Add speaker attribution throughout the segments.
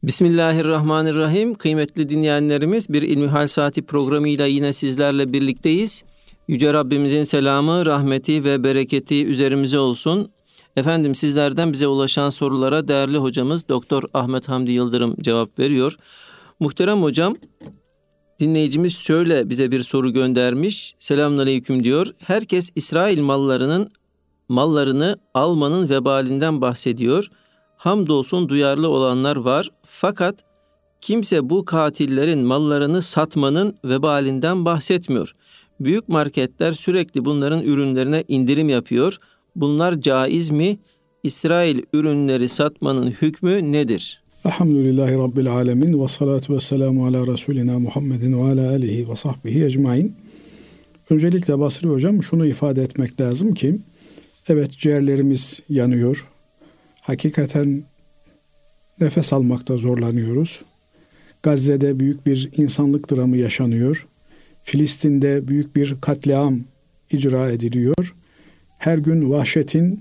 Speaker 1: Bismillahirrahmanirrahim. Kıymetli dinleyenlerimiz, bir İlmihal Saati programıyla yine sizlerle birlikteyiz. Yüce Rabbimizin selamı, rahmeti ve bereketi üzerimize olsun. Efendim, sizlerden bize ulaşan sorulara değerli hocamız Doktor Ahmet Hamdi Yıldırım cevap veriyor. Muhterem hocam, dinleyicimiz şöyle bize bir soru göndermiş. Selamünaleyküm diyor. Herkes İsrail mallarını almanın vebalinden bahsediyor. Hamdolsun duyarlı olanlar var. Fakat kimse bu katillerin mallarını satmanın vebalinden bahsetmiyor. Büyük marketler sürekli bunların ürünlerine indirim yapıyor. Bunlar caiz mi? İsrail ürünleri satmanın hükmü nedir?
Speaker 2: Elhamdülillahi Rabbil alemin ve salatu ve selamu ala Resulina Muhammedin ve ala alihi ve sahbihi ecmain. Öncelikle Basri Hocam şunu ifade etmek lazım ki, evet, ciğerlerimiz yanıyor. Hakikaten nefes almakta zorlanıyoruz. Gazze'de büyük bir insanlık dramı yaşanıyor. Filistin'de büyük bir katliam icra ediliyor. Her gün vahşetin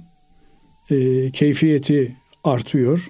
Speaker 2: keyfiyeti artıyor.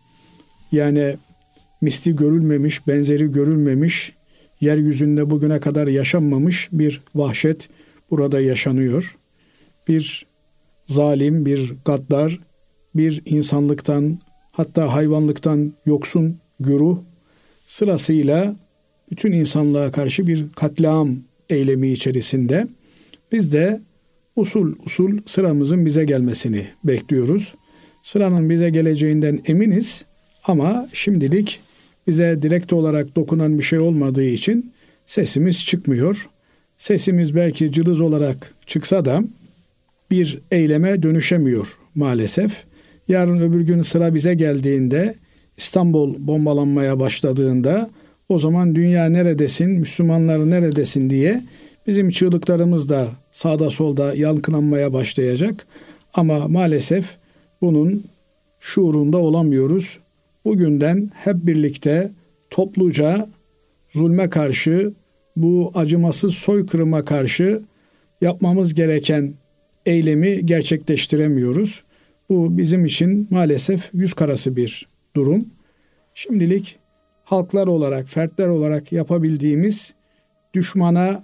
Speaker 2: Yani misli görülmemiş, benzeri görülmemiş, yeryüzünde bugüne kadar yaşanmamış bir vahşet burada yaşanıyor. Bir zalim, bir gaddar, bir insanlıktan, hatta hayvanlıktan yoksun güruh sırasıyla bütün insanlığa karşı bir katliam eylemi içerisinde. Biz de usul sıramızın bize gelmesini bekliyoruz. Sıranın bize geleceğinden eminiz ama şimdilik bize direkt olarak dokunan bir şey olmadığı için sesimiz çıkmıyor. Sesimiz belki cılız olarak çıksa da bir eyleme dönüşemiyor maalesef. Yarın öbür gün sıra bize geldiğinde, İstanbul bombalanmaya başladığında, o zaman dünya neredesin, Müslümanlar neredesin diye bizim çığlıklarımız da sağda solda yankılanmaya başlayacak. Ama maalesef bunun şuurunda olamıyoruz. Bugünden hep birlikte topluca zulme karşı, bu acımasız soykırıma karşı yapmamız gereken eylemi gerçekleştiremiyoruz. Bu bizim için maalesef yüz karası bir durum. Şimdilik halklar olarak, fertler olarak yapabildiğimiz, düşmana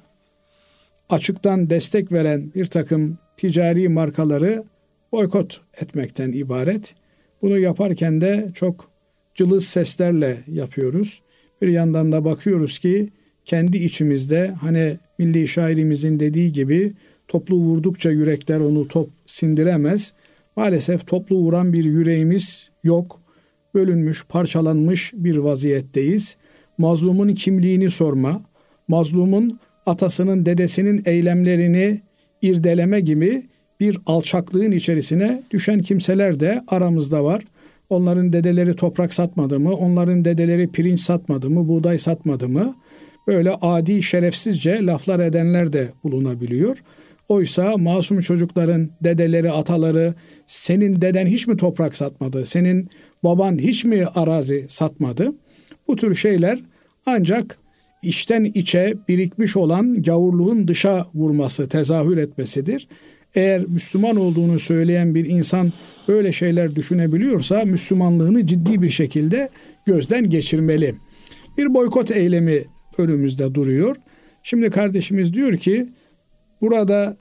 Speaker 2: açıktan destek veren bir takım ticari markaları boykot etmekten ibaret. Bunu yaparken de çok cılız seslerle yapıyoruz. Bir yandan da bakıyoruz ki kendi içimizde, hani milli şairimizin dediği gibi, toplu vurdukça yürekler onu top sindiremez. Maalesef toplu vuran bir yüreğimiz yok. Bölünmüş, parçalanmış bir vaziyetteyiz. Mazlumun kimliğini sorma, mazlumun atasının, dedesinin eylemlerini irdeleme gibi bir alçaklığın içerisine düşen kimseler de aramızda var. Onların dedeleri toprak satmadı mı? Onların dedeleri pirinç satmadı mı? Buğday satmadı mı? Böyle adi, şerefsizce laflar edenler de bulunabiliyor. Oysa masum çocukların dedeleri, ataları, senin deden hiç mi toprak satmadı? Senin baban hiç mi arazi satmadı? Bu tür şeyler ancak içten içe birikmiş olan gavurluğun dışa vurması, tezahür etmesidir. Eğer Müslüman olduğunu söyleyen bir insan böyle şeyler düşünebiliyorsa Müslümanlığını ciddi bir şekilde gözden geçirmeli. Bir boykot eylemi önümüzde duruyor. Şimdi kardeşimiz diyor ki, burada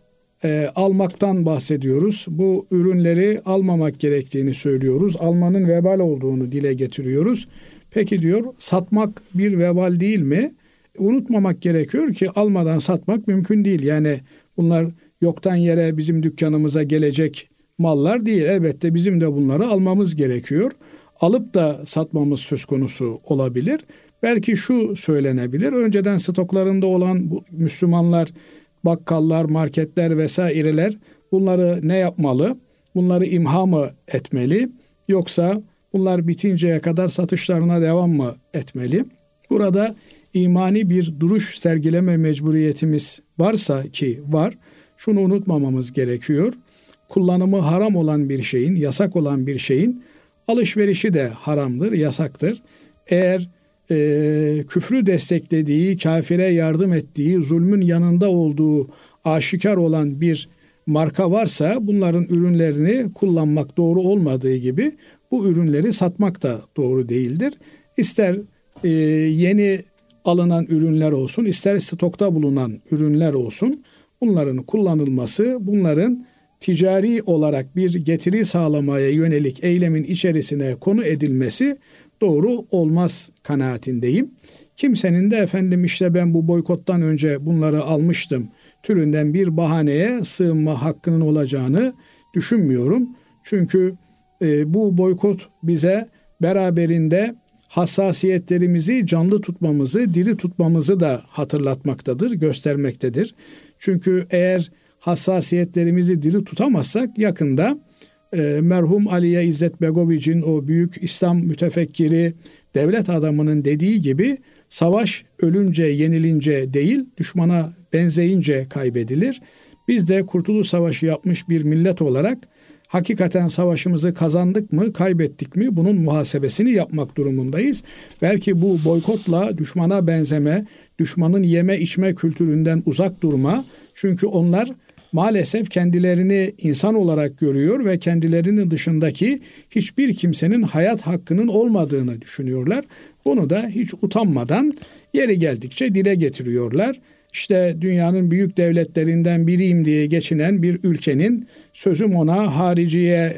Speaker 2: almaktan bahsediyoruz. Bu ürünleri almamak gerektiğini söylüyoruz. Almanın vebal olduğunu dile getiriyoruz. Peki diyor, satmak bir vebal değil mi? Unutmamak gerekiyor ki almadan satmak mümkün değil. Yani bunlar yoktan yere bizim dükkanımıza gelecek mallar değil. Elbette bizim de bunları almamız gerekiyor. Alıp da satmamız söz konusu olabilir. Belki şu söylenebilir: önceden stoklarında olan bu Müslümanlar, bakkallar, marketler vesaireler bunları ne yapmalı? Bunları imha mı etmeli? Yoksa bunlar bitinceye kadar satışlarına devam mı etmeli? Burada imani bir duruş sergileme mecburiyetimiz varsa, ki var, şunu unutmamamız gerekiyor. Kullanımı haram olan bir şeyin, yasak olan bir şeyin alışverişi de haramdır, yasaktır. Eğer küfrü desteklediği, kafire yardım ettiği, zulmün yanında olduğu aşikar olan bir marka varsa bunların ürünlerini kullanmak doğru olmadığı gibi bu ürünleri satmak da doğru değildir. İster yeni alınan ürünler olsun, ister stokta bulunan ürünler olsun, bunların kullanılması, bunların ticari olarak bir getiri sağlamaya yönelik eylemin içerisine konu edilmesi doğru olmaz kanaatindeyim. Kimsenin de efendim işte ben bu boykottan önce bunları almıştım türünden bir bahaneye sığınma hakkının olacağını düşünmüyorum. Çünkü bu boykot bize beraberinde hassasiyetlerimizi canlı tutmamızı, diri tutmamızı da hatırlatmaktadır, göstermektedir. Çünkü eğer hassasiyetlerimizi diri tutamazsak yakında merhum Aliye İzzet Begoviç'in o büyük İslam mütefekkiri, devlet adamının dediği gibi savaş ölünce, yenilince değil, düşmana benzeyince kaybedilir. Biz de Kurtuluş Savaşı yapmış bir millet olarak hakikaten savaşımızı kazandık mı, kaybettik mi bunun muhasebesini yapmak durumundayız. Belki bu boykotla düşmana benzeme, düşmanın yeme içme kültüründen uzak durma. Çünkü onlar maalesef kendilerini insan olarak görüyor ve kendilerinin dışındaki hiçbir kimsenin hayat hakkının olmadığını düşünüyorlar. Bunu da hiç utanmadan yeri geldikçe dile getiriyorlar. İşte dünyanın büyük devletlerinden biriyim diye geçinen bir ülkenin sözüm ona hariciye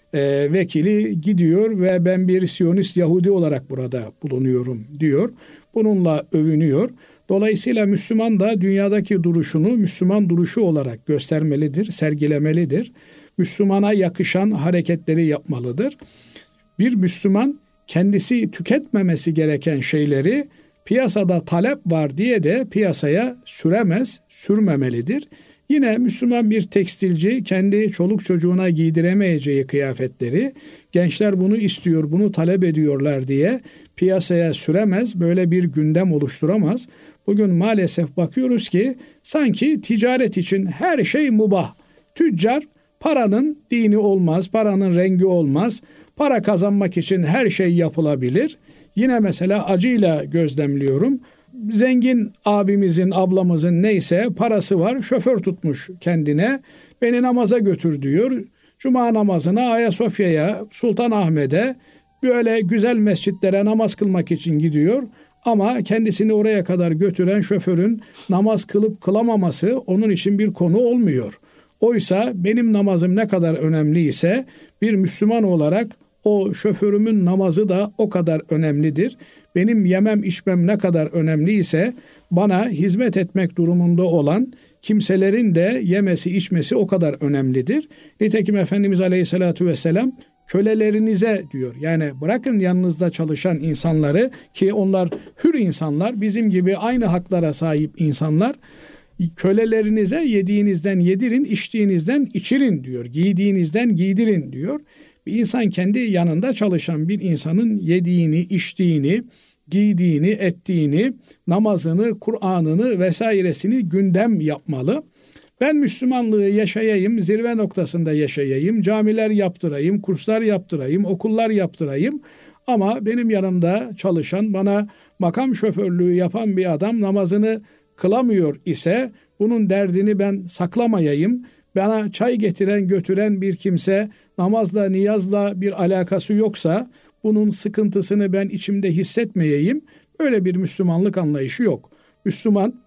Speaker 2: vekili gidiyor ve ben bir Siyonist Yahudi olarak burada bulunuyorum diyor. Bununla övünüyor. Dolayısıyla Müslüman da dünyadaki duruşunu Müslüman duruşu olarak göstermelidir, sergilemelidir. Müslümana yakışan hareketleri yapmalıdır. Bir Müslüman kendisi tüketmemesi gereken şeyleri piyasada talep var diye de piyasaya süremez, sürmemelidir. Yine Müslüman bir tekstilci kendi çoluk çocuğuna giydiremeyeceği kıyafetleri gençler bunu istiyor, bunu talep ediyorlar diye piyasaya süremez, böyle bir gündem oluşturamaz. Bugün maalesef bakıyoruz ki sanki ticaret için her şey mubah. Tüccar paranın dini olmaz, paranın rengi olmaz. Para kazanmak için her şey yapılabilir. Yine mesela acıyla gözlemliyorum. Zengin abimizin, ablamızın neyse parası var, şoför tutmuş kendine. Beni namaza götür diyor. Cuma namazına, Ayasofya'ya, Sultanahmet'e böyle güzel mescitlere namaz kılmak için gidiyor. Ama kendisini oraya kadar götüren şoförün namaz kılıp kılamaması onun için bir konu olmuyor. Oysa benim namazım ne kadar önemliyse bir Müslüman olarak o şoförümün namazı da o kadar önemlidir. Benim yemem içmem ne kadar önemliyse bana hizmet etmek durumunda olan kimselerin de yemesi içmesi o kadar önemlidir. Nitekim Efendimiz Aleyhisselatü Vesselam kölelerinize diyor. Yani bırakın yanınızda çalışan insanları ki onlar hür insanlar, bizim gibi aynı haklara sahip insanlar. Kölelerinize yediğinizden yedirin, içtiğinizden içirin diyor. Giydiğinizden giydirin diyor. Bir insan kendi yanında çalışan bir insanın yediğini, içtiğini, giydiğini, ettiğini, namazını, Kur'an'ını vesairesini gündem yapmalı. Ben Müslümanlığı yaşayayım, zirve noktasında yaşayayım, camiler yaptırayım, kurslar yaptırayım, okullar yaptırayım. Ama benim yanımda çalışan, bana makam şoförlüğü yapan bir adam namazını kılamıyor ise bunun derdini ben saklamayayım. Bana çay getiren götüren bir kimse namazla niyazla bir alakası yoksa bunun sıkıntısını ben içimde hissetmeyeyim. Öyle bir Müslümanlık anlayışı yok. Müslüman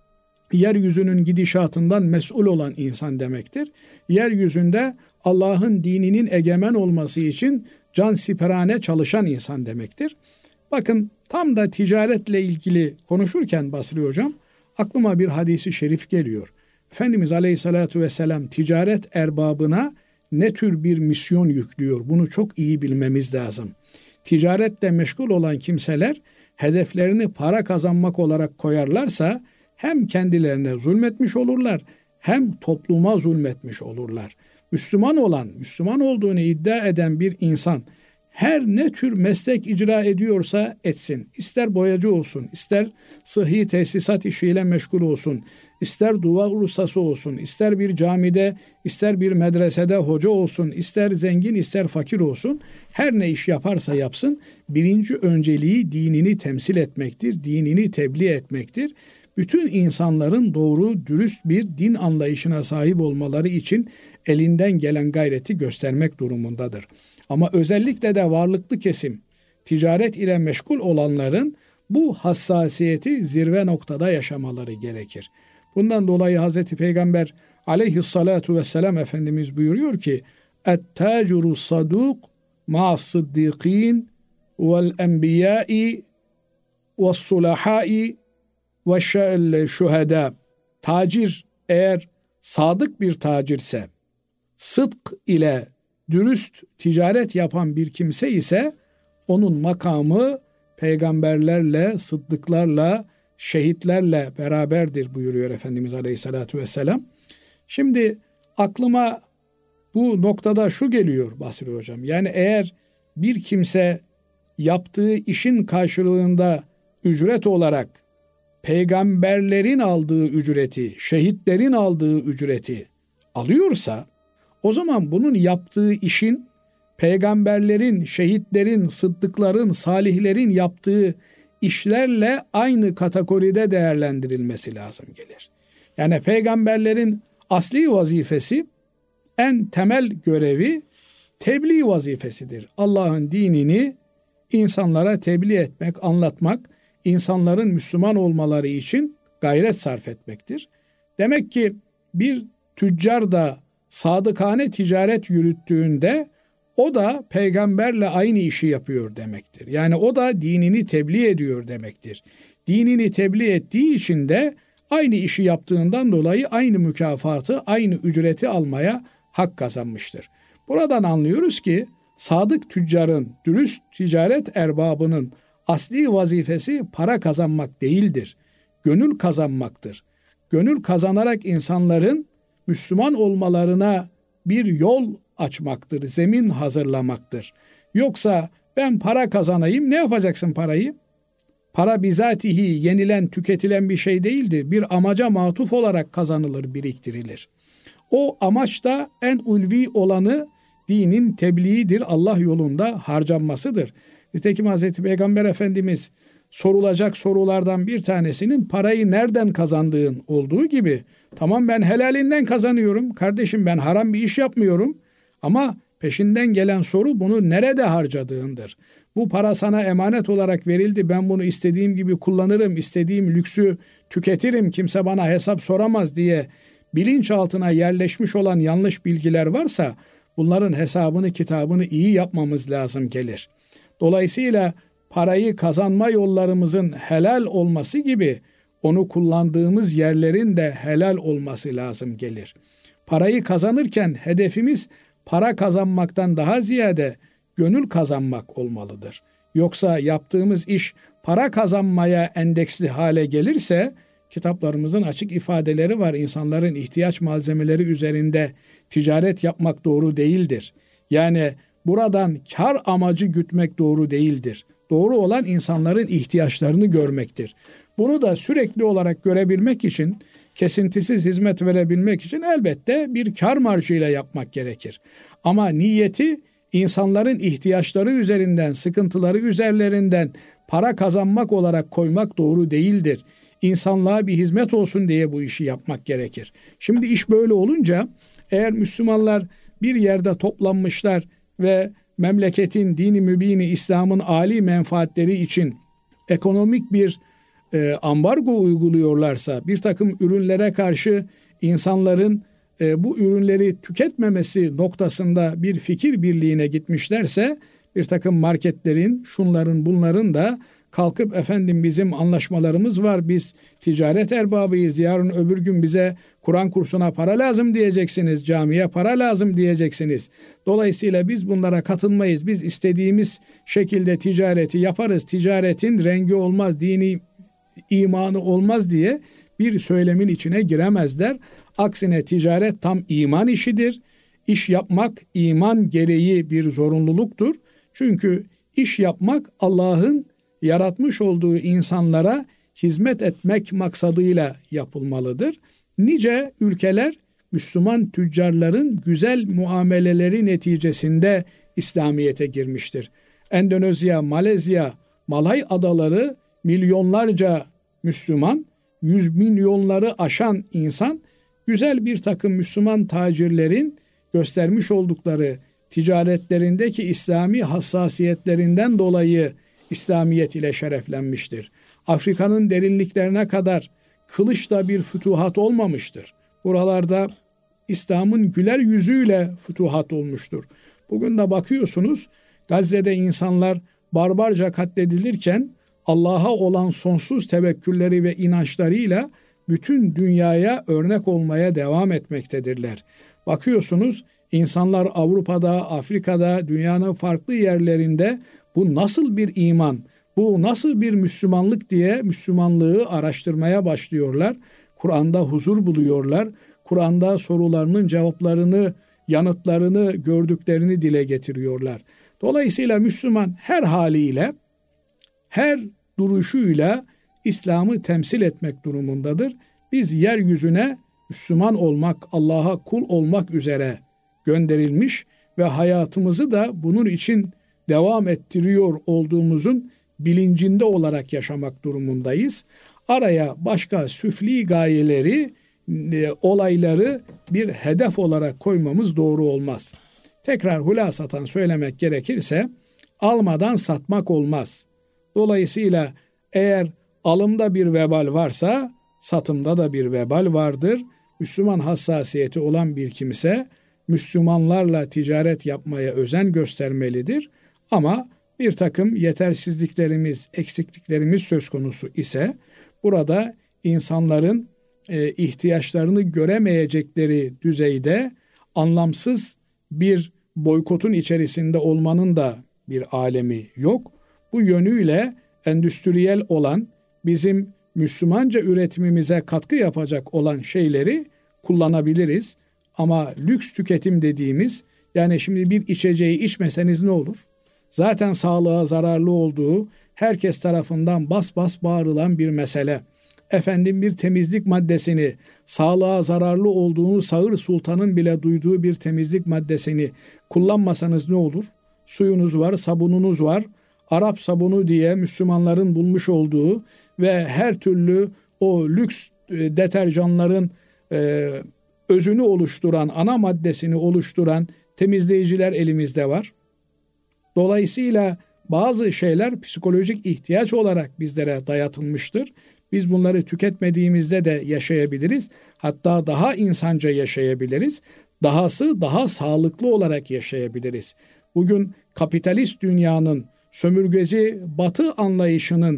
Speaker 2: yeryüzünün gidişatından mesul olan insan demektir. Yeryüzünde Allah'ın dininin egemen olması için cansiperane çalışan insan demektir. Bakın tam da ticaretle ilgili konuşurken Basri Hocam aklıma bir hadisi şerif geliyor. Efendimiz Aleyhisselatü Vesselam ticaret erbabına ne tür bir misyon yüklüyor? Bunu çok iyi bilmemiz lazım. Ticaretle meşgul olan kimseler hedeflerini para kazanmak olarak koyarlarsa hem kendilerine zulmetmiş olurlar hem topluma zulmetmiş olurlar. Müslüman olan, Müslüman olduğunu iddia eden bir insan her ne tür meslek icra ediyorsa etsin. İster boyacı olsun, ister sıhhi tesisat işiyle meşgul olsun, ister duvar ustası olsun, ister bir camide, ister bir medresede hoca olsun, ister zengin, ister fakir olsun. Her ne iş yaparsa yapsın, birinci önceliği dinini temsil etmektir, dinini tebliğ etmektir. Bütün insanların doğru, dürüst bir din anlayışına sahip olmaları için elinden gelen gayreti göstermek durumundadır. Ama özellikle de varlıklı kesim, ticaret ile meşgul olanların bu hassasiyeti zirve noktada yaşamaları gerekir. Bundan dolayı Hazreti Peygamber aleyhissalatu vesselam Efendimiz buyuruyor ki "Et-tâcuru sadûk ma'as-sıddîkîn vel-enbiyâi ve's-sulahâi ve'ş-şuhedâ." Tacir eğer sadık bir tacirse, sıdk ile dürüst ticaret yapan bir kimse ise onun makamı peygamberlerle, sıddıklarla, şehitlerle beraberdir buyuruyor Efendimiz Aleyhisselatü Vesselam. Şimdi aklıma bu noktada şu geliyor Basri Hocam. Yani eğer bir kimse yaptığı işin karşılığında ücret olarak peygamberlerin aldığı ücreti, şehitlerin aldığı ücreti alıyorsa, o zaman bunun yaptığı işin peygamberlerin, şehitlerin, sıddıkların, salihlerin yaptığı işlerle aynı kategoride değerlendirilmesi lazım gelir. Yani peygamberlerin asli vazifesi, en temel görevi tebliğ vazifesidir. Allah'ın dinini insanlara tebliğ etmek, anlatmak, insanların Müslüman olmaları için gayret sarf etmektir. Demek ki bir tüccar da sadıkane ticaret yürüttüğünde o da peygamberle aynı işi yapıyor demektir. Yani o da dinini tebliğ ediyor demektir. Dinini tebliğ ettiği için de aynı işi yaptığından dolayı aynı mükafatı, aynı ücreti almaya hak kazanmıştır. Buradan anlıyoruz ki sadık tüccarın, dürüst ticaret erbabının asli vazifesi para kazanmak değildir. Gönül kazanmaktır. Gönül kazanarak insanların Müslüman olmalarına bir yol açmaktır, zemin hazırlamaktır. Yoksa ben para kazanayım, ne yapacaksın parayı? Para bizatihi yenilen, tüketilen bir şey değildir. Bir amaca matuf olarak kazanılır, biriktirilir. O amaç da en ulvi olanı dinin tebliğidir, Allah yolunda harcanmasıdır. Nitekim Hazreti Peygamber Efendimiz sorulacak sorulardan bir tanesinin parayı nereden kazandığın olduğu gibi, tamam ben helalinden kazanıyorum, kardeşim ben haram bir iş yapmıyorum ama peşinden gelen soru bunu nerede harcadığındır. Bu para sana emanet olarak verildi, ben bunu istediğim gibi kullanırım, istediğim lüksü tüketirim, kimse bana hesap soramaz diye bilinçaltına yerleşmiş olan yanlış bilgiler varsa bunların hesabını, kitabını iyi yapmamız lazım gelir. Dolayısıyla parayı kazanma yollarımızın helal olması gibi onu kullandığımız yerlerin de helal olması lazım gelir. Parayı kazanırken hedefimiz para kazanmaktan daha ziyade gönül kazanmak olmalıdır. Yoksa yaptığımız iş para kazanmaya endeksli hale gelirse, kitaplarımızın açık ifadeleri var. İnsanların ihtiyaç malzemeleri üzerinde ticaret yapmak doğru değildir. Yani buradan kar amacı gütmek doğru değildir. Doğru olan insanların ihtiyaçlarını görmektir. Bunu da sürekli olarak görebilmek için, kesintisiz hizmet verebilmek için elbette bir kar marjıyla yapmak gerekir. Ama niyeti insanların ihtiyaçları üzerinden, sıkıntıları üzerlerinden para kazanmak olarak koymak doğru değildir. İnsanlığa bir hizmet olsun diye bu işi yapmak gerekir. Şimdi iş böyle olunca eğer Müslümanlar bir yerde toplanmışlar ve memleketin dini mübini İslam'ın âli menfaatleri için ekonomik bir ambargo uyguluyorlarsa, bir takım ürünlere karşı insanların bu ürünleri tüketmemesi noktasında bir fikir birliğine gitmişlerse, bir takım marketlerin, şunların bunların da kalkıp efendim bizim anlaşmalarımız var, biz ticaret erbabıyız, yarın öbür gün bize Kur'an kursuna para lazım diyeceksiniz, camiye para lazım diyeceksiniz. Dolayısıyla biz bunlara katılmayız, biz istediğimiz şekilde ticareti yaparız, ticaretin rengi olmaz, dini imanı olmaz diye bir söylemin içine giremezler. Aksine ticaret tam iman işidir. İş yapmak iman gereği bir zorunluluktur. Çünkü iş yapmak Allah'ın yaratmış olduğu insanlara hizmet etmek maksadıyla yapılmalıdır. Nice ülkeler Müslüman tüccarların güzel muameleleri neticesinde İslamiyet'e girmiştir. Endonezya, Malezya, Malay adaları milyonlarca Müslüman, 100 milyonları aşan insan güzel bir takım Müslüman tacirlerin göstermiş oldukları ticaretlerindeki İslami hassasiyetlerinden dolayı İslamiyet ile şereflenmiştir. Afrika'nın derinliklerine kadar kılıçla bir fütuhat olmamıştır. Buralarda İslam'ın güler yüzüyle fütuhat olmuştur. Bugün de bakıyorsunuz Gazze'de insanlar barbarca katledilirken Allah'a olan sonsuz tevekkülleri ve inançlarıyla bütün dünyaya örnek olmaya devam etmektedirler. Bakıyorsunuz insanlar Avrupa'da, Afrika'da, dünyanın farklı yerlerinde bu nasıl bir iman, bu nasıl bir Müslümanlık diye Müslümanlığı araştırmaya başlıyorlar. Kur'an'da huzur buluyorlar. Kur'an'da sorularının cevaplarını, yanıtlarını, gördüklerini dile getiriyorlar. Dolayısıyla Müslüman her haliyle, her duruşuyla İslam'ı temsil etmek durumundadır. Biz yeryüzüne Müslüman olmak, Allah'a kul olmak üzere gönderilmiş ve hayatımızı da bunun için devam ettiriyor olduğumuzun bilincinde olarak yaşamak durumundayız. Araya başka süfli gayeleri, olayları bir hedef olarak koymamız doğru olmaz. Tekrar hulasatan söylemek gerekirse almadan satmak olmaz. Dolayısıyla eğer alımda bir vebal varsa satımda da bir vebal vardır. Müslüman hassasiyeti olan bir kimse Müslümanlarla ticaret yapmaya özen göstermelidir. Ama bir takım yetersizliklerimiz, eksikliklerimiz söz konusu ise burada insanların ihtiyaçlarını göremeyecekleri düzeyde anlamsız bir boykotun içerisinde olmanın da bir alemi yok. Bu yönüyle endüstriyel olan, bizim Müslümanca üretimimize katkı yapacak olan şeyleri kullanabiliriz. Ama lüks tüketim dediğimiz, yani şimdi bir içeceği içmeseniz ne olur? Zaten sağlığa zararlı olduğu herkes tarafından bas bas bağırılan bir mesele. Efendim bir temizlik maddesini, sağlığa zararlı olduğunu Sağır Sultan'ın bile duyduğu bir temizlik maddesini kullanmasanız ne olur? Suyunuz var, sabununuz var. Arap sabunu diye Müslümanların bulmuş olduğu ve her türlü o lüks deterjanların özünü oluşturan, ana maddesini oluşturan temizleyiciler elimizde var. Dolayısıyla bazı şeyler psikolojik ihtiyaç olarak bizlere dayatılmıştır. Biz bunları tüketmediğimizde de yaşayabiliriz. Hatta daha insanca yaşayabiliriz. Dahası daha sağlıklı olarak yaşayabiliriz. Bugün kapitalist dünyanın, sömürgeci batı anlayışının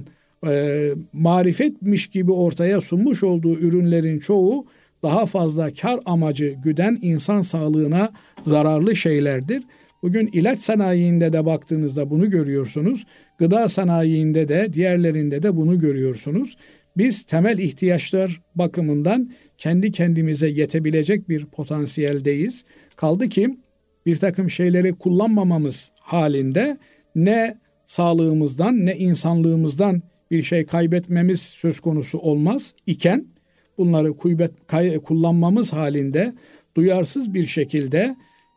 Speaker 2: marifetmiş gibi ortaya sunmuş olduğu ürünlerin çoğu daha fazla kar amacı güden insan sağlığına zararlı şeylerdir. Bugün ilaç sanayinde de baktığınızda bunu görüyorsunuz. Gıda sanayinde de diğerlerinde de bunu görüyorsunuz. Biz temel ihtiyaçlar bakımından kendi kendimize yetebilecek bir potansiyeldeyiz. Kaldı ki bir takım şeyleri kullanmamamız halinde ne sağlığımızdan ne insanlığımızdan bir şey kaybetmemiz söz konusu olmaz iken bunları kullanmamız halinde duyarsız bir şekilde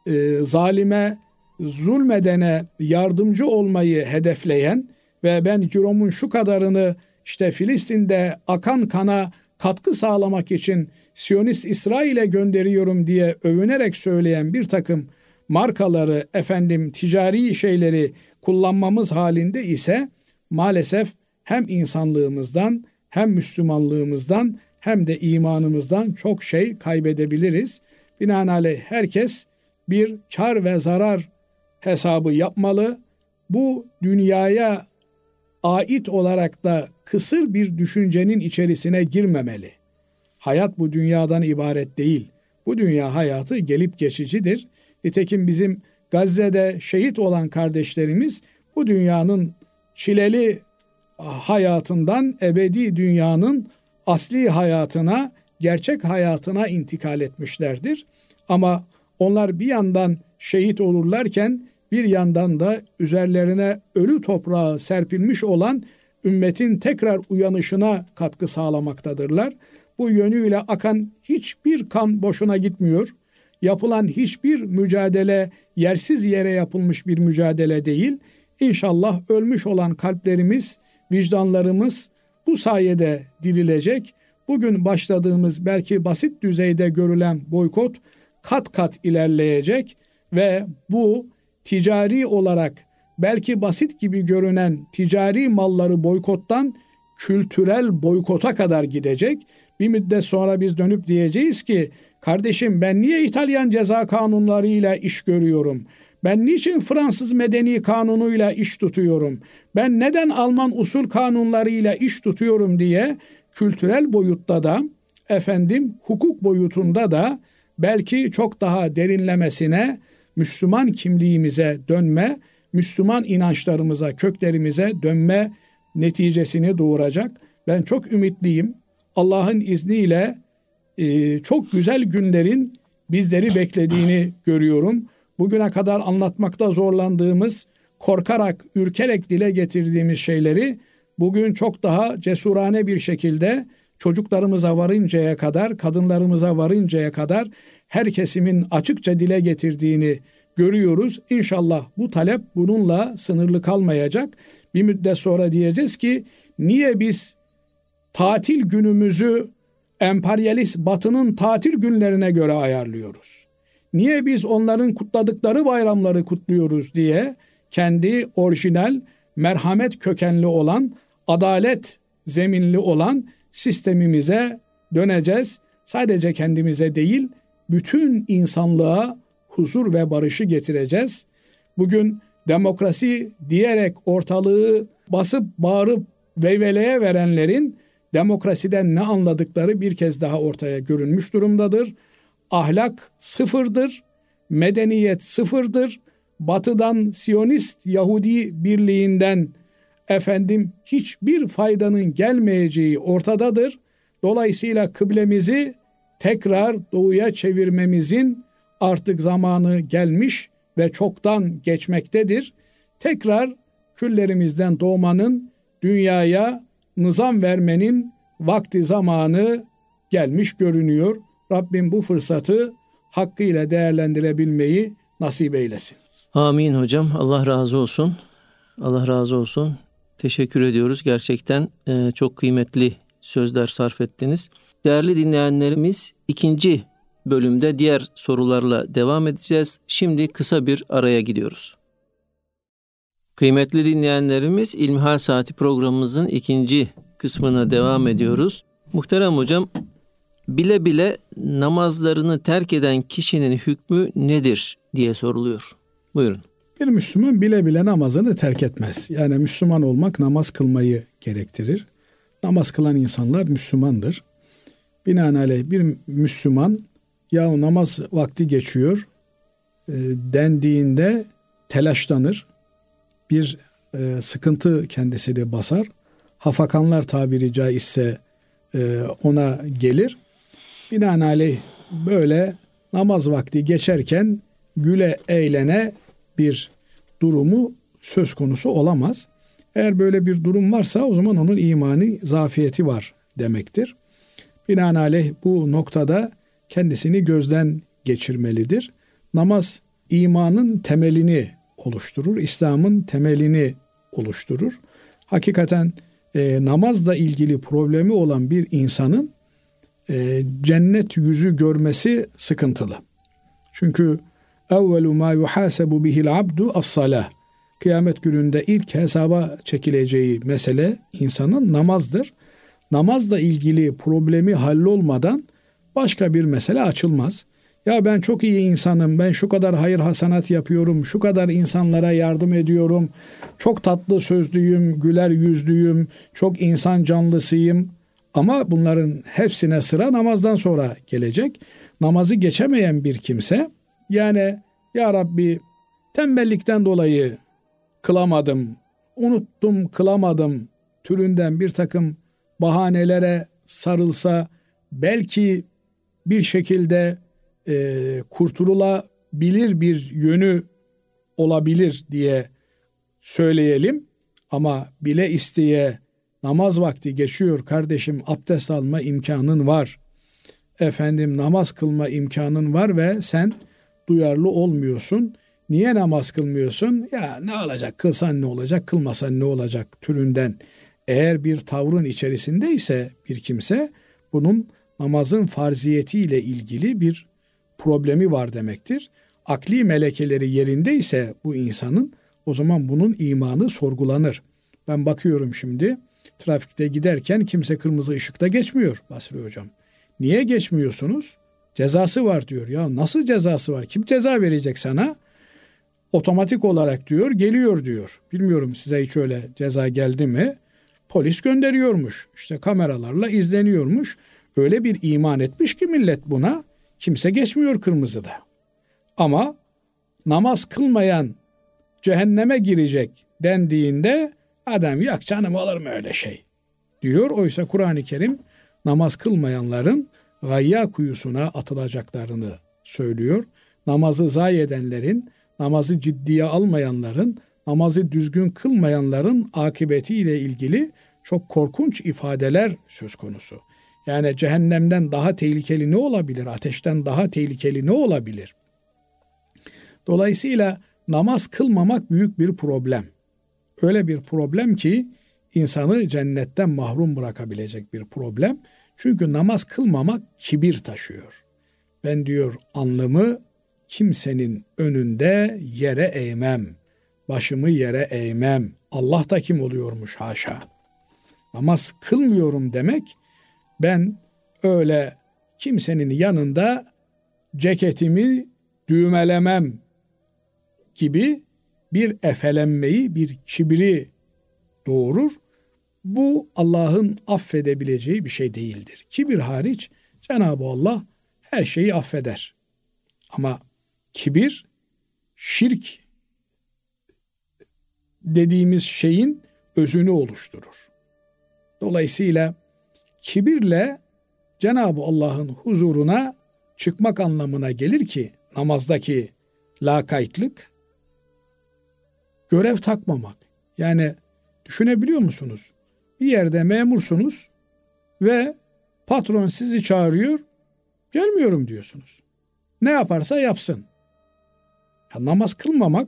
Speaker 2: zalime, zulmedene yardımcı olmayı hedefleyen ve ben ciromun şu kadarını işte Filistin'de akan kana katkı sağlamak için Siyonist İsrail'e gönderiyorum diye övünerek söyleyen bir takım markaları, ticari şeyleri kullanmamız halinde ise maalesef hem insanlığımızdan hem Müslümanlığımızdan hem de imanımızdan çok şey kaybedebiliriz. Binaenaleyh herkes bir kar ve zarar hesabı yapmalı. Bu dünyaya ait olarak da kısır bir düşüncenin içerisine girmemeli. Hayat bu dünyadan ibaret değil. Bu dünya hayatı gelip geçicidir. Nitekim bizim Gazze'de şehit olan kardeşlerimiz bu dünyanın çileli hayatından ebedi dünyanın asli hayatına, gerçek hayatına intikal etmişlerdir. Ama onlar bir yandan şehit olurlarken bir yandan da üzerlerine ölü toprağı serpilmiş olan ümmetin tekrar uyanışına katkı sağlamaktadırlar. Bu yönüyle akan hiçbir kan boşuna gitmiyor. Yapılan hiçbir mücadele yersiz yere yapılmış bir mücadele değil. İnşallah ölmüş olan kalplerimiz, vicdanlarımız bu sayede dirilecek. Bugün başladığımız belki basit düzeyde görülen boykot kat kat ilerleyecek ve bu ticari olarak belki basit gibi görünen ticari malları boykottan kültürel boykota kadar gidecek. Bir müddet sonra biz dönüp diyeceğiz ki kardeşim ben niye İtalyan ceza kanunlarıyla iş görüyorum? Ben niçin Fransız medeni kanunuyla iş tutuyorum? Ben neden Alman usul kanunlarıyla iş tutuyorum diye kültürel boyutta da hukuk boyutunda da belki çok daha derinlemesine Müslüman kimliğimize dönme, Müslüman inançlarımıza, köklerimize dönme neticesini doğuracak. Ben çok ümitliyim. Allah'ın izniyle çok güzel günlerin bizleri beklediğini görüyorum. Bugüne kadar anlatmakta zorlandığımız, korkarak, ürkerek dile getirdiğimiz şeyleri bugün çok daha cesurane bir şekilde çocuklarımıza varıncaya kadar, kadınlarımıza varıncaya kadar her kesimin açıkça dile getirdiğini görüyoruz. İnşallah bu talep bununla sınırlı kalmayacak. Bir müddet sonra diyeceğiz ki niye biz tatil günümüzü emperyalist Batı'nın tatil günlerine göre ayarlıyoruz? Niye biz onların kutladıkları bayramları kutluyoruz diye kendi orijinal, merhamet kökenli olan, adalet zeminli olan sistemimize döneceğiz. Sadece kendimize değil, bütün insanlığa huzur ve barışı getireceğiz. Bugün demokrasi diyerek ortalığı basıp bağırıp veyveleye verenlerin demokrasiden ne anladıkları bir kez daha ortaya görünmüş durumdadır. Ahlak sıfırdır, medeniyet sıfırdır. Batı'dan Siyonist Yahudi birliğinden hiçbir faydanın gelmeyeceği ortadadır. Dolayısıyla kıblemizi tekrar doğuya çevirmemizin artık zamanı gelmiş ve çoktan geçmektedir. Tekrar küllerimizden doğmanın, dünyaya nizam vermenin vakti zamanı gelmiş görünüyor. Rabbim bu fırsatı hakkıyla değerlendirebilmeyi nasip eylesin.
Speaker 1: Amin hocam. Allah razı olsun. Allah razı olsun. Teşekkür ediyoruz. Gerçekten çok kıymetli sözler sarf ettiniz. Değerli dinleyenlerimiz, ikinci bölümde diğer sorularla devam edeceğiz. Şimdi kısa bir araya gidiyoruz. Kıymetli dinleyenlerimiz, İlmihal Saati programımızın ikinci kısmına devam ediyoruz. Muhterem hocam, bile bile namazlarını terk eden kişinin hükmü nedir diye soruluyor. Buyurun.
Speaker 2: Bir Müslüman bile bile namazını terk etmez. Yani Müslüman olmak namaz kılmayı gerektirir. Namaz kılan insanlar Müslümandır. Binaenaleyh bir Müslüman ya namaz vakti geçiyor dendiğinde telaşlanır. Bir sıkıntı kendisini basar. Hafakanlar tabiri caizse ona gelir. Binaenaleyh böyle namaz vakti geçerken güle eğlene bir durumu söz konusu olamaz. Eğer böyle bir durum varsa o zaman onun imani zafiyeti var demektir. Binaenaleyh bu noktada kendisini gözden geçirmelidir. Namaz imanın temelini oluşturur, İslam'ın temelini oluşturur. Hakikaten namazla ilgili problemi olan bir insanın cennet yüzü görmesi sıkıntılı. Çünkü evvelu ma yuhasebu bihil abdu as-salah. Kıyamet gününde ilk hesaba çekileceği mesele insanın namazdır. Namazla ilgili problemi hallolmadan başka bir mesele açılmaz. Ya ben çok iyi insanım, ben şu kadar hayır hasenat yapıyorum, şu kadar insanlara yardım ediyorum, çok tatlı sözlüyüm, güler yüzlüyüm, çok insan canlısıyım. Ama bunların hepsine sıra namazdan sonra gelecek. Namazı geçemeyen bir kimse, yani ya Rabbi tembellikten dolayı kılamadım, unuttum, kılamadım türünden bir takım bahanelere sarılsa belki bir şekilde kurtulabilir bir yönü olabilir diye söyleyelim. Ama bile isteye namaz vakti geçiyor kardeşim, abdest alma imkanın var. Namaz kılma imkanın var ve sen duyarlı olmuyorsun. Niye namaz kılmıyorsun? Ya ne olacak, kılsan ne olacak, kılmasan ne olacak türünden. Eğer bir tavrın içerisindeyse bir kimse, bunun namazın farziyetiyle ilgili bir problemi var demektir. akli melekeleri yerindeyse bu insanın, o zaman bunun imanı sorgulanır. Ben bakıyorum şimdi trafikte giderken kimse kırmızı ışıkta geçmiyor Basri Hocam. Niye geçmiyorsunuz? Cezası var diyor. Ya nasıl cezası var? Kim ceza verecek sana? Otomatik olarak diyor geliyor diyor. Bilmiyorum size hiç öyle ceza geldi mi? Polis gönderiyormuş. İşte kameralarla izleniyormuş. Öyle bir iman etmiş ki millet buna. Kimse geçmiyor kırmızıda. Ama namaz kılmayan cehenneme girecek dendiğinde adam yak canım olur mu öyle şey diyor. Oysa Kur'an-ı Kerim namaz kılmayanların gayya kuyusuna atılacaklarını söylüyor. Namazı zayi edenlerin, namazı ciddiye almayanların, namazı düzgün kılmayanların akıbetiyle ilgili çok korkunç ifadeler söz konusu. Yani cehennemden daha tehlikeli ne olabilir? Ateşten daha tehlikeli ne olabilir? Dolayısıyla namaz kılmamak büyük bir problem. Öyle bir problem ki insanı cennetten mahrum bırakabilecek bir problem. Çünkü namaz kılmamak kibir taşıyor. Ben diyor alnımı kimsenin önünde yere eğmem. Başımı yere eğmem. Allah da kim oluyormuş haşa. Namaz kılmıyorum demek, ben öyle kimsenin yanında ceketimi düğmelemem gibi bir efelenmeyi, bir kibri doğurur. Bu Allah'ın affedebileceği bir şey değildir. Kibir hariç Cenab-ı Allah her şeyi affeder. Ama kibir, şirk dediğimiz şeyin özünü oluşturur. Dolayısıyla kibirle Cenab-ı Allah'ın huzuruna çıkmak anlamına gelir ki namazdaki lakaytlık, görev takmamak. Yani düşünebiliyor musunuz? Bir yerde memursunuz ve patron sizi çağırıyor, gelmiyorum diyorsunuz. Ne yaparsa yapsın. Ya namaz kılmamak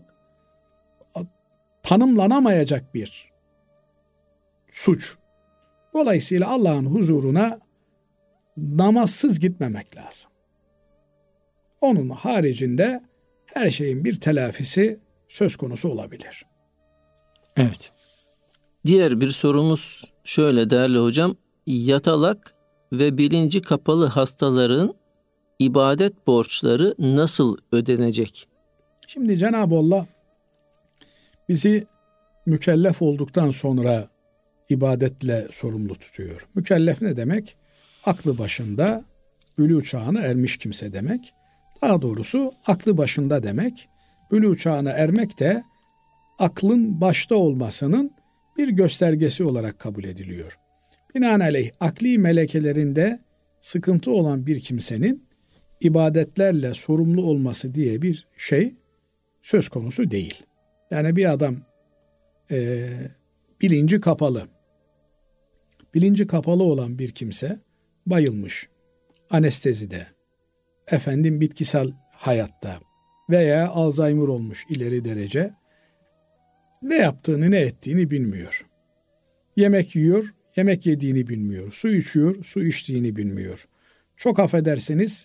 Speaker 2: tanımlanamayacak bir suç. Dolayısıyla Allah'ın huzuruna namazsız gitmemek lazım. Onun haricinde her şeyin bir telafisi söz konusu olabilir.
Speaker 1: Evet. Diğer bir sorumuz şöyle değerli hocam. Yatalak ve bilinci kapalı hastaların ibadet borçları nasıl ödenecek?
Speaker 2: Şimdi Cenab-ı Allah bizi mükellef olduktan sonra ibadetle sorumlu tutuyor. Mükellef ne demek? Aklı başında, bülûğ çağına ermiş kimse demek. Daha doğrusu aklı başında demek. Bülûğ çağına ermek de aklın başta olmasının bir göstergesi olarak kabul ediliyor. Binaenaleyh akli melekelerinde sıkıntı olan bir kimsenin ibadetlerle sorumlu olması diye bir şey söz konusu değil. Yani bir adam bilinci kapalı. Bilinci kapalı olan bir kimse bayılmış, anestezide, bitkisel hayatta veya Alzheimer olmuş ileri derece, ne yaptığını ne ettiğini bilmiyor. Yemek yiyor, yemek yediğini bilmiyor. Su içiyor, su içtiğini bilmiyor. Çok affedersiniz,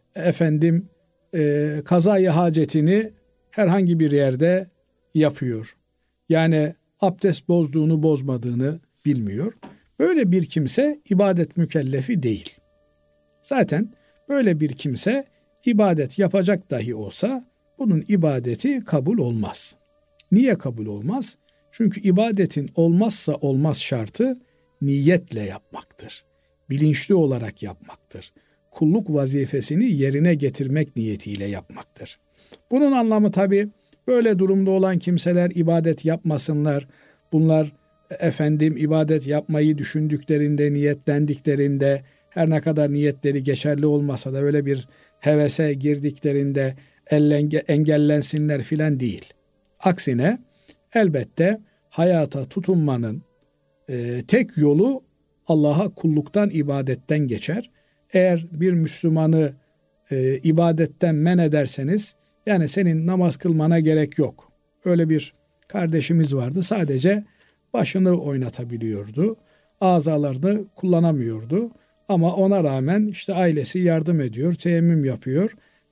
Speaker 2: kazayı hacetini herhangi bir yerde yapıyor. Yani abdest bozduğunu bozmadığını bilmiyor. Böyle bir kimse ibadet mükellefi değil. Zaten böyle bir kimse ibadet yapacak dahi olsa bunun ibadeti kabul olmaz. Niye kabul olmaz? Çünkü ibadetin olmazsa olmaz şartı niyetle yapmaktır. Bilinçli olarak yapmaktır. Kulluk vazifesini yerine getirmek niyetiyle yapmaktır. Bunun anlamı tabii böyle durumda olan kimseler ibadet yapmasınlar. Bunlar ibadet yapmayı düşündüklerinde, niyetlendiklerinde, her ne kadar niyetleri geçerli olmasa da öyle bir hevese girdiklerinde engellensinler filan değil. Aksine elbette hayata tutunmanın tek yolu Allah'a kulluktan, ibadetten geçer. Eğer bir Müslümanı ibadetten men ederseniz, yani senin namaz kılmana gerek yok. Öyle bir kardeşimiz vardı. Sadece başını oynatabiliyordu. Azalarını kullanamıyordu. Ama ona rağmen işte ailesi yardım ediyor, teyemmüm yapıyor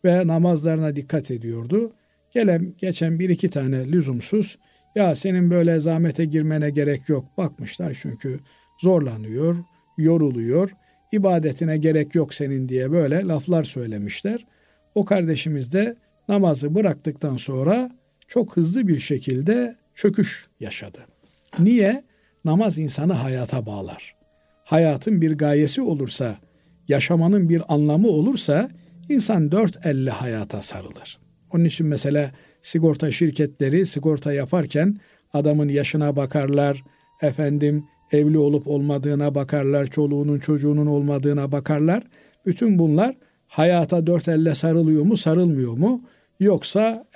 Speaker 2: ve namazlarına dikkat ediyordu. Geçen bir iki tane lüzumsuz, ya senin böyle zahmete girmene gerek yok, bakmışlar çünkü zorlanıyor, yoruluyor, ibadetine gerek yok senin diye böyle laflar söylemişler. O kardeşimiz de namazı bıraktıktan sonra çok hızlı bir şekilde çöküş yaşadı. Niye? Namaz insanı hayata bağlar. Hayatın bir gayesi olursa, yaşamanın bir anlamı olursa insan dört elle hayata sarılır. Onun için mesela sigorta şirketleri sigorta yaparken adamın yaşına bakarlar, evli olup olmadığına bakarlar, çoluğunun çocuğunun olmadığına bakarlar. Bütün bunlar hayata dört elle sarılıyor mu, sarılmıyor mu? Yoksa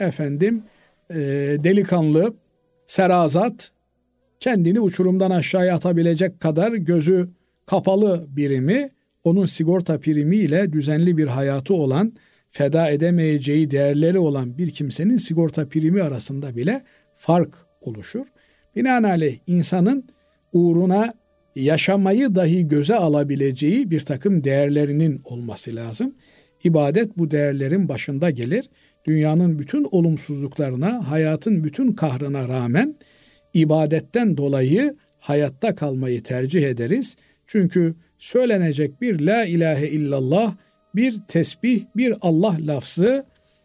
Speaker 2: delikanlı, serazat, kendini uçurumdan aşağıya atabilecek kadar gözü kapalı biri mi, onun sigorta primiyle düzenli bir hayatı olan, feda edemeyeceği değerleri olan bir kimsenin sigorta primi arasında bile fark oluşur. Binaenaleyh insanın uğruna yaşamayı dahi göze alabileceği bir takım değerlerinin olması lazım. İbadet bu değerlerin başında gelir. Dünyanın bütün olumsuzluklarına, hayatın bütün kahrına rağmen ibadetten dolayı hayatta kalmayı tercih ederiz. Çünkü söylenecek bir la ilahe illallah, bir tesbih, bir Allah lafzı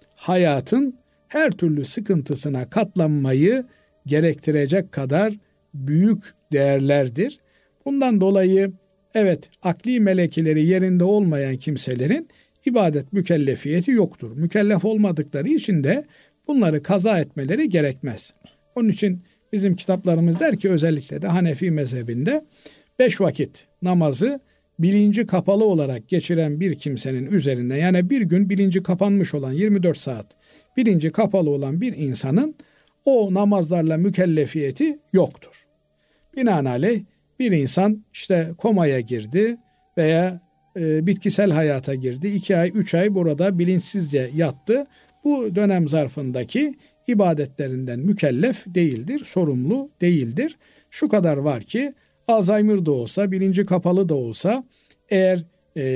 Speaker 2: hayatın her türlü sıkıntısına katlanmayı gerektirecek kadar büyük değerlerdir. Bundan dolayı evet, akli melekeleri yerinde olmayan kimselerin ibadet mükellefiyeti yoktur. Mükellef olmadıkları için de bunları kaza etmeleri gerekmez. Onun için bizim kitaplarımız der ki, özellikle de Hanefi mezhebinde 5 vakit namazı bilinci kapalı olarak geçiren bir kimsenin üzerine, yani bir gün bilinci kapanmış olan 24 saat bilinci kapalı olan bir insanın o namazlarla mükellefiyeti yoktur. Binaenaleyh bir insan işte komaya girdi veya bitkisel hayata girdi. 2 ay, 3 ay burada bilinçsizce yattı. Bu dönem zarfındaki ibadetlerinden mükellef değildir, sorumlu değildir. Şu kadar var ki Alzheimer da olsa, bilinci kapalı da olsa, eğer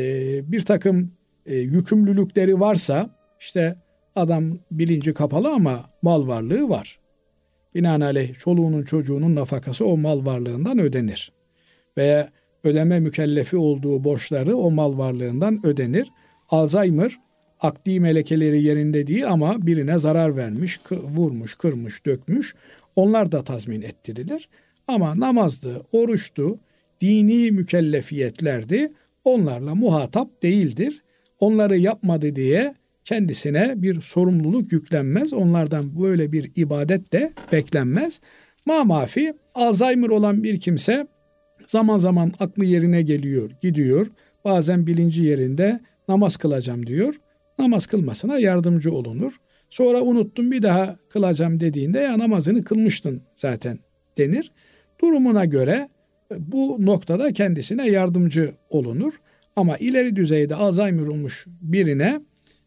Speaker 2: bir takım yükümlülükleri varsa, işte adam bilinci kapalı ama mal varlığı var. Binaenaleyh çoluğunun çocuğunun nafakası o mal varlığından ödenir. Veya ödeme mükellefi olduğu borçları o mal varlığından ödenir. Alzheimer akli melekeleri yerinde değil ama birine zarar vermiş, vurmuş, kırmış, dökmüş. Onlar da tazmin ettirilir. Ama namazdı, oruçtu, dini mükellefiyetlerdi. Onlarla muhatap değildir. Onları yapmadı diye kendisine bir sorumluluk yüklenmez. Onlardan böyle bir ibadet de beklenmez. Mamafi Alzheimer olan bir kimse zaman zaman aklı yerine geliyor, gidiyor. Bazen bilinci yerinde namaz kılacağım diyor. Namaz kılmasına yardımcı olunur. Sonra unuttum, bir daha kılacağım dediğinde ya namazını kılmıştın zaten denir. Durumuna göre bu noktada kendisine yardımcı olunur. Ama ileri düzeyde Alzheimer olmuş birine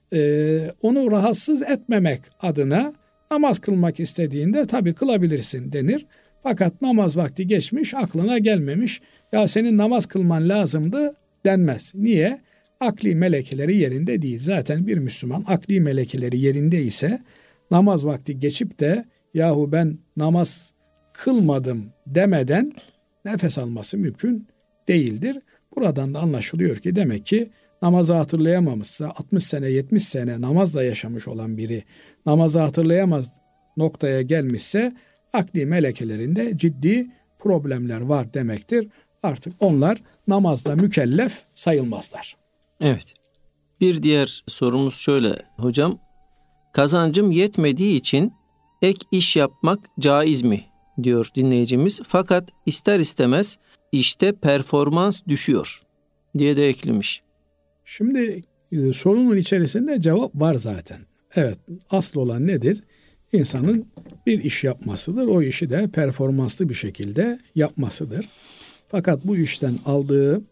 Speaker 2: onu rahatsız etmemek adına namaz kılmak istediğinde tabii kılabilirsin denir. Fakat namaz vakti geçmiş, aklına gelmemiş, ya senin namaz kılman lazımdı denmez. Niye? Akli melekeleri yerinde değil. Zaten bir Müslüman akli melekeleri yerinde ise namaz vakti geçip de yahu ben namaz kılmadım demeden nefes alması mümkün değildir. Buradan da anlaşılıyor ki demek ki namazı hatırlayamamışsa, 60 sene 70 sene namazla yaşamış olan biri namazı hatırlayamaz noktaya gelmişse akli melekelerinde ciddi problemler var demektir. Artık onlar namazla mükellef sayılmazlar.
Speaker 1: Evet. Bir diğer sorumuz şöyle hocam. Kazancım yetmediği için ek iş yapmak caiz mi diyor dinleyicimiz. Fakat ister istemez işte performans düşüyor diye de eklemiş.
Speaker 2: Şimdi sorunun içerisinde cevap var zaten. Evet, asıl olan nedir? İnsanın bir iş yapmasıdır. O işi de performanslı bir şekilde yapmasıdır. Fakat bu işten aldığı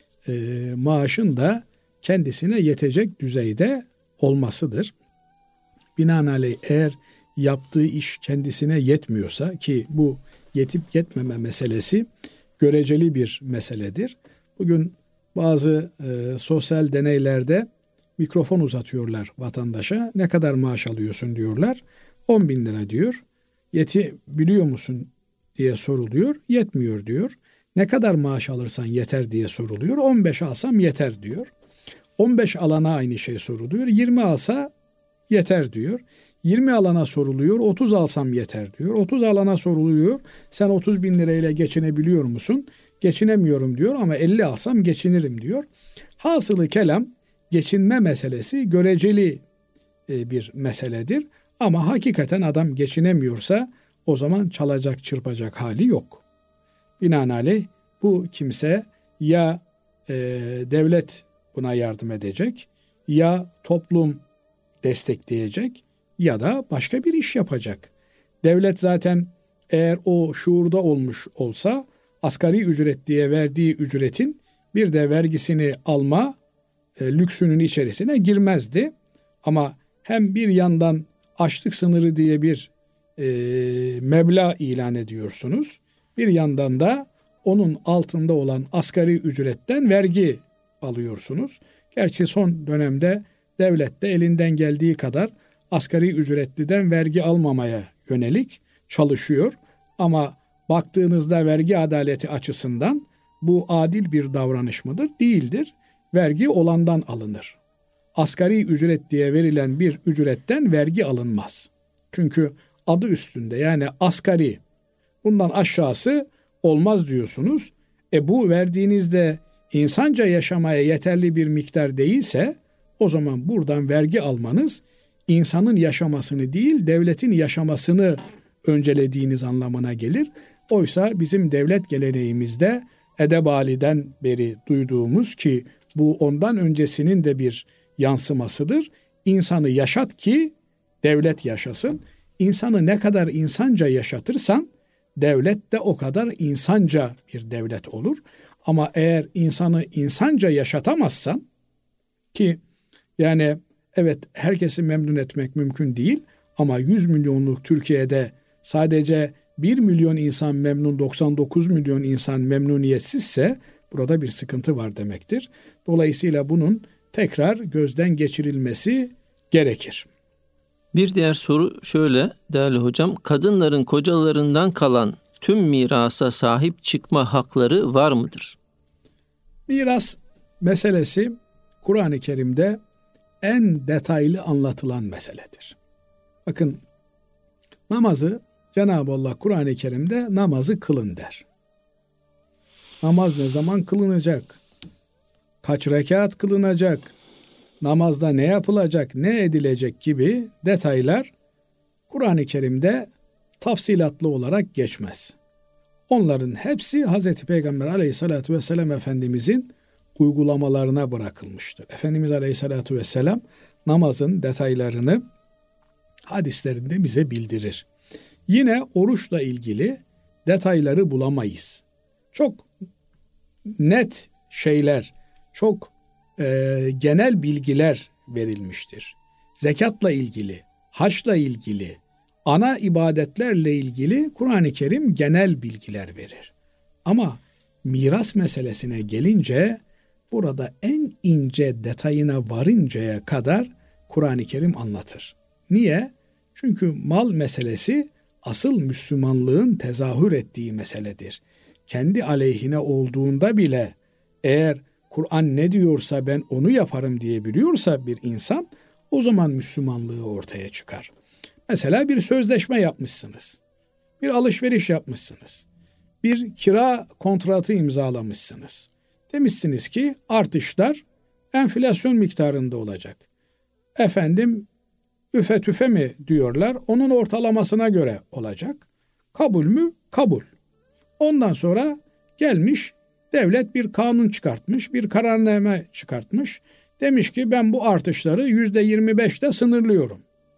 Speaker 2: maaşın da kendisine yetecek düzeyde olmasıdır. Binaenaleyh eğer yaptığı iş kendisine yetmiyorsa, ki bu yetip yetmeme meselesi göreceli bir meseledir. Bugün bazı sosyal deneylerde mikrofon uzatıyorlar vatandaşa. Ne kadar maaş alıyorsun diyorlar. 10 bin lira diyor. Biliyor musun diye soruluyor. Yetmiyor diyor. Ne kadar maaş alırsan yeter diye soruluyor. 15 alsam yeter diyor. 15 alana aynı şey soruluyor. 20 alsa yeter diyor. 20 alana soruluyor. 30 alsam yeter diyor. 30 alana soruluyor. Sen 30 bin lirayla geçinebiliyor musun? Geçinemiyorum diyor ama 50 alsam geçinirim diyor. Hasılı kelam geçinme meselesi göreceli bir meseledir. Ama hakikaten adam geçinemiyorsa o zaman çalacak çırpacak hali yok. Binaenaleyh bu kimse ya devlet buna yardım edecek, ya toplum destekleyecek ya da başka bir iş yapacak. Devlet zaten eğer o şuurda olmuş olsa asgari ücret diye verdiği ücretin bir de vergisini alma lüksünün içerisine girmezdi. Ama hem bir yandan açlık sınırı diye bir meblağ ilan ediyorsunuz. Bir yandan da onun altında olan asgari ücretten vergi alıyorsunuz. Gerçi son dönemde devlet de elinden geldiği kadar asgari ücretliden vergi almamaya yönelik çalışıyor. Ama baktığınızda vergi adaleti açısından bu adil bir davranış mıdır? Değildir. Vergi olandan alınır. Asgari ücret diye verilen bir ücretten vergi alınmaz. Çünkü adı üstünde, yani asgari, bundan aşağısı olmaz diyorsunuz. Bu verdiğinizde insanca yaşamaya yeterli bir miktar değilse o zaman buradan vergi almanız insanın yaşamasını değil devletin yaşamasını öncelediğiniz anlamına gelir. Oysa bizim devlet geleneğimizde Edebali'den beri duyduğumuz ki bu ondan öncesinin de bir yansımasıdır. İnsanı yaşat ki devlet yaşasın. İnsanı ne kadar insanca yaşatırsan devlet de o kadar insanca bir devlet olur. Ama eğer insanı insanca yaşatamazsan, ki yani evet herkesi memnun etmek mümkün değil ama 100 milyonluk Türkiye'de sadece 1 milyon insan memnun, 99 milyon insan memnuniyetsizse burada bir sıkıntı var demektir. Dolayısıyla bunun tekrar gözden geçirilmesi gerekir.
Speaker 1: Bir diğer soru şöyle değerli hocam. Kadınların kocalarından kalan tüm mirasa sahip çıkma hakları var mıdır?
Speaker 2: Miras meselesi Kur'an-ı Kerim'de en detaylı anlatılan meseledir. Bakın, namazı Cenab-ı Allah Kur'an-ı Kerim'de namazı kılın der. Namaz ne zaman kılınacak? Kaç rekat kılınacak? Namazda ne yapılacak, ne edilecek gibi detaylar Kur'an-ı Kerim'de tafsilatlı olarak geçmez. Onların hepsi Hazreti Peygamber Aleyhisselatü Vesselam Efendimizin uygulamalarına bırakılmıştır. Efendimiz Aleyhisselatü Vesselam namazın detaylarını hadislerinde bize bildirir. Yine oruçla ilgili detayları bulamayız. Çok net şeyler, çok genel bilgiler verilmiştir. Zekatla ilgili, haçla ilgili, ana ibadetlerle ilgili Kur'an-ı Kerim genel bilgiler verir. Ama miras meselesine gelince burada en ince detayına varıncaya kadar Kur'an-ı Kerim anlatır. Niye? Çünkü mal meselesi asıl Müslümanlığın tezahür ettiği meseledir. Kendi aleyhine olduğunda bile eğer Kur'an ne diyorsa ben onu yaparım diyebiliyorsa bir insan, o zaman Müslümanlığı ortaya çıkar. Mesela bir sözleşme yapmışsınız. Bir alışveriş yapmışsınız. Bir kira kontratı imzalamışsınız. Demişsiniz ki artışlar enflasyon miktarında olacak. Efendim üfe tüfe mi diyorlar? Onun ortalamasına göre olacak. Kabul mü? Kabul. Ondan sonra gelmiş devlet bir kanun çıkartmış, bir kararname çıkartmış. Demiş ki ben bu artışları %25'te sınırlıyorum.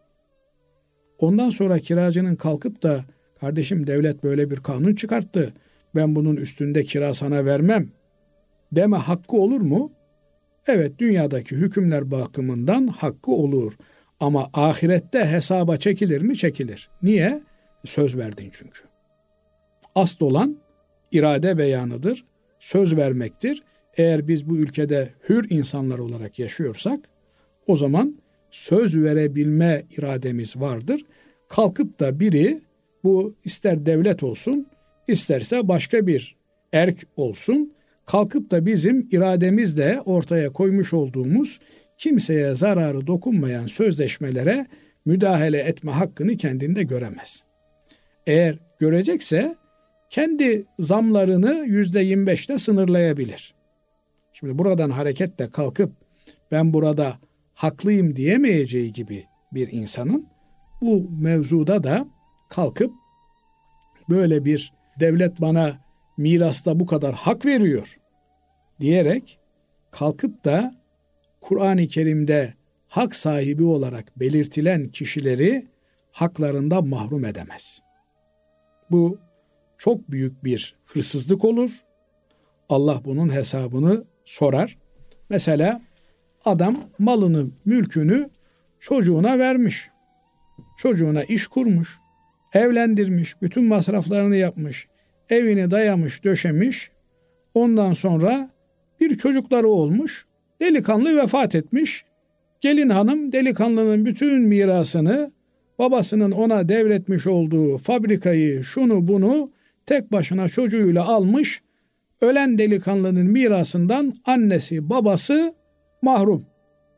Speaker 2: Ondan sonra kiracının kalkıp da kardeşim devlet böyle bir kanun çıkarttı, ben bunun üstünde kira sana vermem deme hakkı olur mu? Evet, dünyadaki hükümler bakımından hakkı olur. Ama ahirette hesaba çekilir mi? Çekilir. Niye? Söz verdin çünkü. Asıl olan irade beyanıdır, söz vermektir. Eğer biz bu ülkede hür insanlar olarak yaşıyorsak O zaman söz verebilme irademiz vardır. Kalkıp da biri, bu ister devlet olsun, isterse başka bir erk olsun, kalkıp da bizim irademizle ortaya koymuş olduğumuz kimseye zararı dokunmayan sözleşmelere müdahale etme hakkını kendinde göremez. Eğer görecekse kendi zamlarını %25'te sınırlayabilir. Şimdi buradan hareketle kalkıp ben burada haklıyım diyemeyeceği gibi bir insanın bu mevzuda da kalkıp böyle bir devlet bana mirasta bu kadar hak veriyor diyerek kalkıp da Kur'an-ı Kerim'de hak sahibi olarak belirtilen kişileri haklarından mahrum edemez. Bu çok büyük bir hırsızlık olur. Allah bunun hesabını sorar. Mesela adam malını, mülkünü çocuğuna vermiş. Çocuğuna iş kurmuş, evlendirmiş, bütün masraflarını yapmış, evini dayamış, döşemiş. Ondan sonra bir çocukları olmuş, delikanlı vefat etmiş. Gelin hanım delikanlının bütün mirasını, babasının ona devretmiş olduğu fabrikayı, şunu bunu tek başına çocuğuyla almış. Ölen delikanlının mirasından annesi, babası mahrum.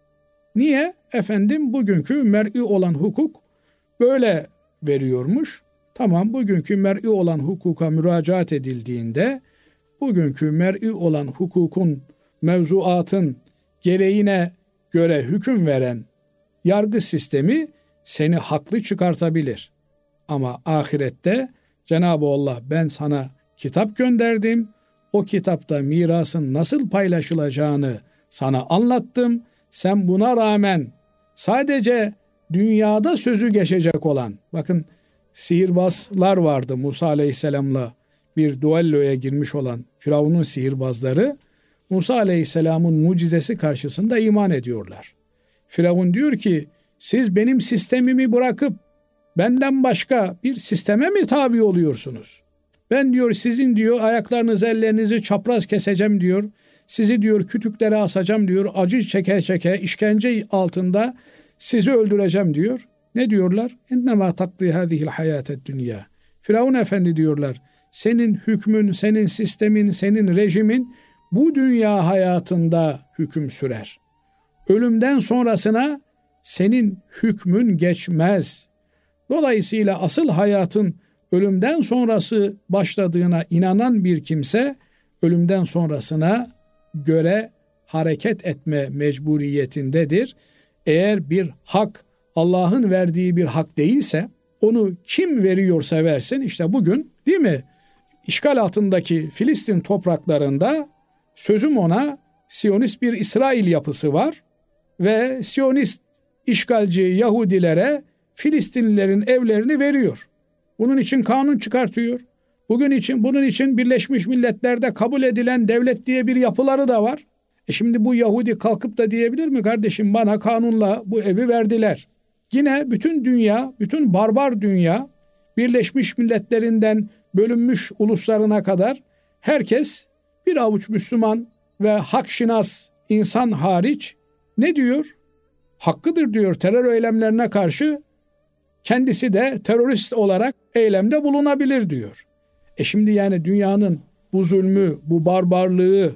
Speaker 2: Niye? Efendim bugünkü mer'i olan hukuk böyle veriyormuş. Tamam, bugünkü mer'i olan hukuka müracaat edildiğinde bugünkü mer'i olan hukukun, mevzuatın gereğine göre hüküm veren yargı sistemi seni haklı çıkartabilir. Ama ahirette Cenab-ı Allah ben sana kitap gönderdim. O kitapta mirasın nasıl paylaşılacağını sana anlattım. Sen buna rağmen sadece dünyada sözü geçecek olan, bakın sihirbazlar vardı Musa Aleyhisselam'la bir duelloya girmiş olan Firavun'un sihirbazları, Musa Aleyhisselam'ın mucizesi karşısında iman ediyorlar. Firavun diyor ki siz benim sistemimi bırakıp benden başka bir sisteme mi tabi oluyorsunuz? Ben diyor sizin diyor ayaklarınızı ellerinizi çapraz keseceğim diyor. Sizi diyor kütüklere asacağım diyor. Acı çeke çeke işkence altında sizi öldüreceğim diyor. Ne diyorlar? İnnemâ takdî hâzihil hayâted dünya. Firavun efendi diyorlar. Senin hükmün, senin sistemin, senin rejimin bu dünya hayatında hüküm sürer. Ölümden sonrasına senin hükmün geçmez. Dolayısıyla asıl hayatın ölümden sonrası başladığına inanan bir kimse ölümden sonrasına göre hareket etme mecburiyetindedir. Eğer bir hak Allah'ın verdiği bir hak değilse onu kim veriyorsa versin, işte bugün değil mi işgal altındaki Filistin topraklarında sözüm ona Siyonist bir İsrail yapısı var ve Siyonist işgalci Yahudilere Filistinlilerin evlerini veriyor. Bunun için kanun çıkartıyor. Bunun için Birleşmiş Milletler'de kabul edilen devlet diye bir yapıları da var. Şimdi bu Yahudi kalkıp da diyebilir mi kardeşim bana kanunla bu evi verdiler. Yine bütün dünya, bütün barbar dünya Birleşmiş Milletler'inden bölünmüş uluslarına kadar herkes bir avuç Müslüman ve hakşinas insan hariç ne diyor? Hakkıdır diyor terör eylemlerine karşı kendisi de terörist olarak eylemde bulunabilir diyor. Şimdi yani dünyanın bu zulmü, bu barbarlığı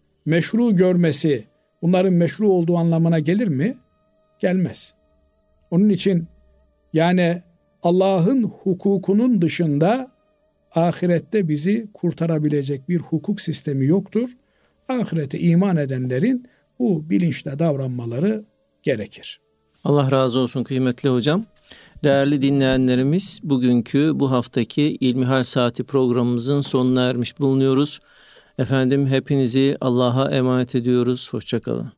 Speaker 2: meşru görmesi bunların meşru olduğu anlamına gelir mi? Gelmez. Onun için yani Allah'ın hukukunun dışında ahirette bizi kurtarabilecek bir hukuk sistemi yoktur. Ahirete iman edenlerin bu bilinçle davranmaları gerekir.
Speaker 1: Allah razı olsun kıymetli hocam. Değerli dinleyenlerimiz, bugünkü bu haftaki İlmihal Saati programımızın sonuna ermiş bulunuyoruz. Efendim hepinizi Allah'a emanet ediyoruz. Hoşça kalın.